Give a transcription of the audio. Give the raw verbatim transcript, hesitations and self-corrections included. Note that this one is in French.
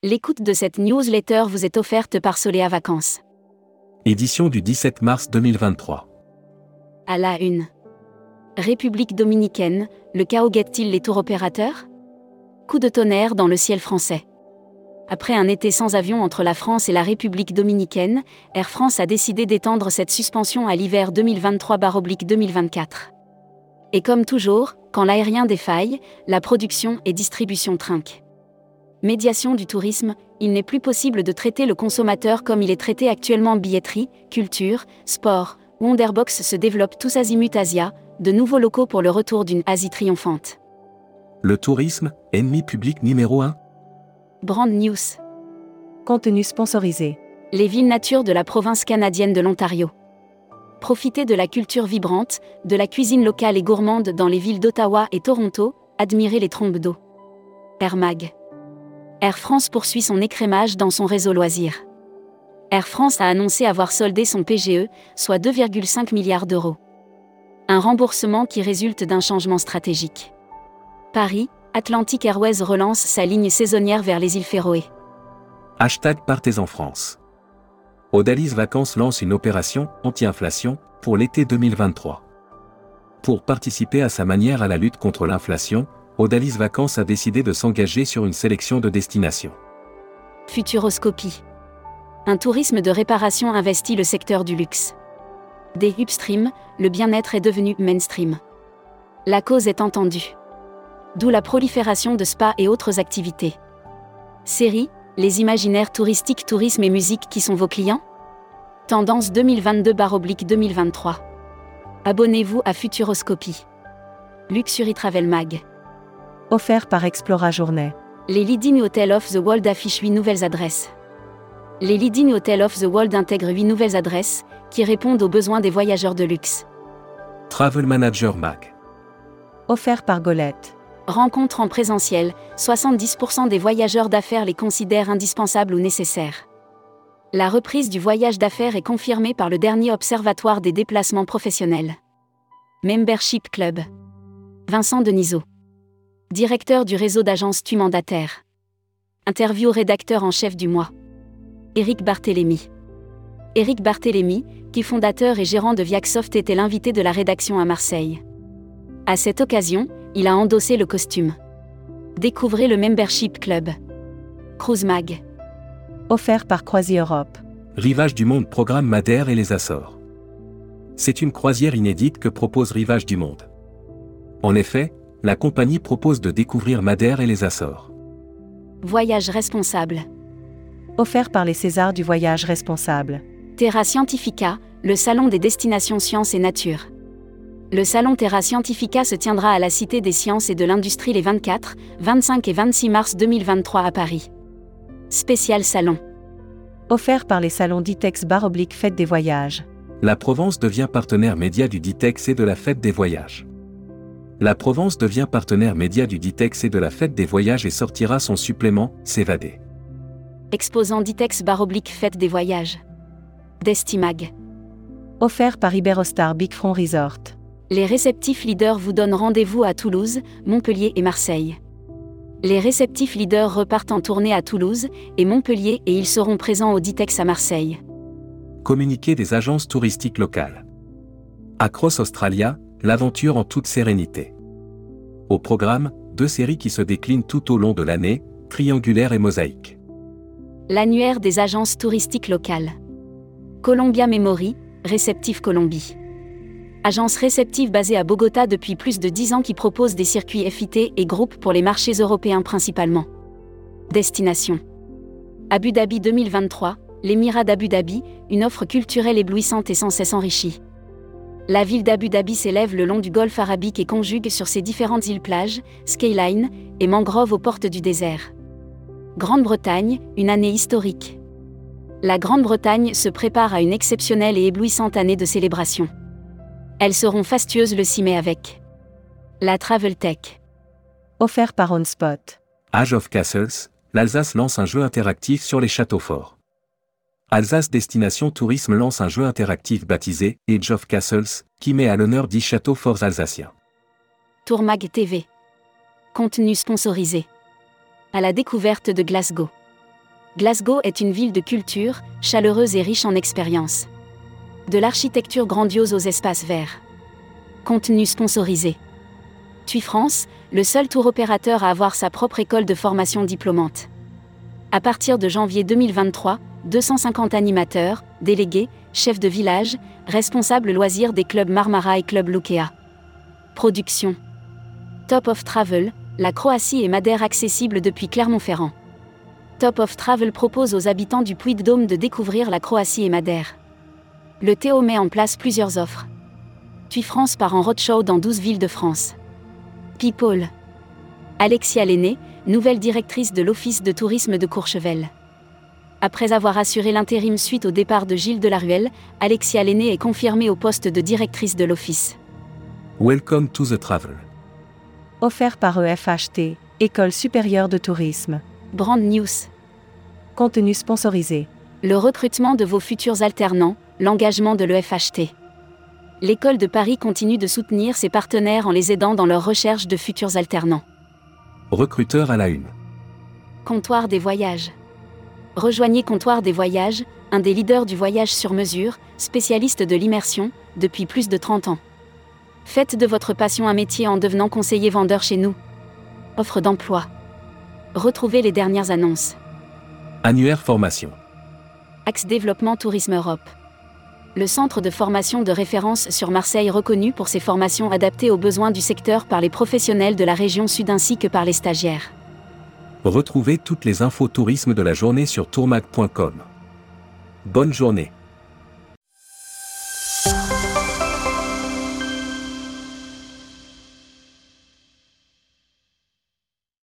L'écoute de cette newsletter vous est offerte par Solea Vacances. Édition du dix-sept mars deux mille vingt-trois. À la une. République dominicaine, le chaos guette-t-il les tours opérateurs ? Coup de tonnerre dans le ciel français. Après un été sans avion entre la France et la République dominicaine, Air France a décidé d'étendre cette suspension à l'hiver deux mille vingt-trois deux mille vingt-quatre. Et comme toujours, quand l'aérien défaille, la production et distribution trinquent. Médiation du tourisme, il n'est plus possible de traiter le consommateur comme il est traité actuellement. Billetterie, culture, sport, Wonderbox se développe tous azimuts Asia, de nouveaux locaux pour le retour d'une Asie triomphante. Le tourisme, ennemi public numéro un. Brand News. Contenu sponsorisé. Les villes nature de la province canadienne de l'Ontario. Profitez de la culture vibrante, de la cuisine locale et gourmande dans les villes d'Ottawa et Toronto, admirez les trombes d'eau. Air Mag. Air France poursuit son écrémage dans son réseau loisirs. Air France a annoncé avoir soldé son P G E, soit deux virgule cinq milliards d'euros. Un remboursement qui résulte d'un changement stratégique. Paris, Atlantic Airways relance sa ligne saisonnière vers les îles Féroé. Hashtag Partez en France. Odalis Vacances lance une opération anti-inflation pour l'été deux mille vingt-trois. Pour participer à sa manière à la lutte contre l'inflation, Odalis Vacances a décidé de s'engager sur une sélection de destinations. Futuroscopie. Un tourisme de réparation investit le secteur du luxe. Des upstream, le bien-être est devenu mainstream. La cause est entendue. D'où la prolifération de spas et autres activités. Série, les imaginaires touristiques, tourisme et musique qui sont vos clients ? Tendance deux mille vingt-deux deux mille vingt-trois. Abonnez-vous à Futuroscopie. Luxury Travel Mag. Offert par Explora Journée. Les Leading Hotels of the World affichent huit nouvelles adresses. Les Leading Hotels of the World intègrent huit nouvelles adresses, qui répondent aux besoins des voyageurs de luxe. Travel Manager Mag. Offert par Golette. Rencontres en présentiel, soixante-dix pour cent des voyageurs d'affaires les considèrent indispensables ou nécessaires. La reprise du voyage d'affaires est confirmée par le dernier Observatoire des déplacements professionnels. Membership Club. Vincent Denisot. Directeur du réseau d'agences T U mandataire. Interview rédacteur en chef du mois. Éric Barthélémy. Éric Barthélémy, qui fondateur et gérant de Viacsoft, était l'invité de la rédaction à Marseille. À cette occasion, il a endossé le costume. Découvrez le Membership Club. Cruise Mag. Offert par Croisi Europe. Rivage du Monde programme Madère et les Açores. C'est une croisière inédite que propose Rivage du Monde. En effet, la compagnie propose de découvrir Madère et les Açores. Voyage responsable. Offert par les Césars du voyage responsable. Terra Scientifica, le salon des destinations sciences et nature. Le salon Terra Scientifica se tiendra à la Cité des Sciences et de l'Industrie les vingt-quatre, vingt-cinq et vingt-six mars deux mille vingt-trois à Paris. Spécial salon. Offert par les salons Ditex Bar oblique Fête des Voyages. La Provence devient partenaire média du Ditex et de la Fête des Voyages. La Provence devient partenaire média du Ditex et de la Fête des Voyages et sortira son supplément, S'évader. Exposant Ditex Bar oblique Fête des Voyages. Destimag. Offert par Iberostar Big Front Resort. Les réceptifs leaders vous donnent rendez-vous à Toulouse, Montpellier et Marseille. Les réceptifs leaders repartent en tournée à Toulouse et Montpellier et ils seront présents au Ditex à Marseille. Communiqué des agences touristiques locales. Across Australia, l'aventure en toute sérénité. Au programme, deux séries qui se déclinent tout au long de l'année, Triangulaire et Mosaïque. L'annuaire des agences touristiques locales. Columbia Memory, Réceptif Colombie. Agence réceptive basée à Bogota depuis plus de dix ans qui propose des circuits F I T et groupes pour les marchés européens principalement. Destination. Abu Dhabi deux mille vingt-trois, l'Émirat d'Abu Dhabi, une offre culturelle éblouissante et sans cesse enrichie. La ville d'Abu Dhabi s'élève le long du golfe arabique et conjugue sur ses différentes îles-plages, skyline et mangroves aux portes du désert. Grande-Bretagne, une année historique. La Grande-Bretagne se prépare à une exceptionnelle et éblouissante année de célébration. Elles seront fastueuses le six mai avec la Travel Tech. Offert par OnSpot. Age of Castles, l'Alsace lance un jeu interactif sur les châteaux forts. Alsace Destination Tourisme lance un jeu interactif baptisé Age of Castles, qui met à l'honneur dix châteaux forts alsaciens. Tourmag T V. Contenu sponsorisé. À la découverte de Glasgow. Glasgow est une ville de culture, chaleureuse et riche en expériences. De l'architecture grandiose aux espaces verts. Contenu sponsorisé. TUI France, le seul tour opérateur à avoir sa propre école de formation diplômante. À partir de janvier deux mille vingt-trois, deux cent cinquante animateurs, délégués, chefs de village, responsables loisirs des clubs Marmara et Club Lukea. Production. Top of Travel, la Croatie et Madère accessible depuis Clermont-Ferrand. Top of Travel propose aux habitants du Puy-de-Dôme de découvrir la Croatie et Madère. Le Théo met en place plusieurs offres. TUI France part en roadshow dans douze villes de France. People. Alexia Lenné, nouvelle directrice de l'Office de tourisme de Courchevel. Après avoir assuré l'intérim suite au départ de Gilles Delaruelle, Alexia Lenné est confirmée au poste de directrice de l'Office. Welcome to the travel. Offert par E F H T, École supérieure de tourisme. Brand News. Contenu sponsorisé. Le recrutement de vos futurs alternants, l'engagement de l'E F H T. L'École de Paris continue de soutenir ses partenaires en les aidant dans leur recherche de futurs alternants. Recruteur à la une. Comptoir des voyages. Rejoignez Comptoir des voyages, un des leaders du voyage sur mesure, spécialiste de l'immersion, depuis plus de trente ans. Faites de votre passion un métier en devenant conseiller vendeur chez nous. Offre d'emploi. Retrouvez les dernières annonces. Annuaire formation. Axe Développement Tourisme Europe. Le centre de formation de référence sur Marseille reconnu pour ses formations adaptées aux besoins du secteur par les professionnels de la région sud ainsi que par les stagiaires. Retrouvez toutes les infos tourisme de la journée sur tourmag point com. Bonne journée.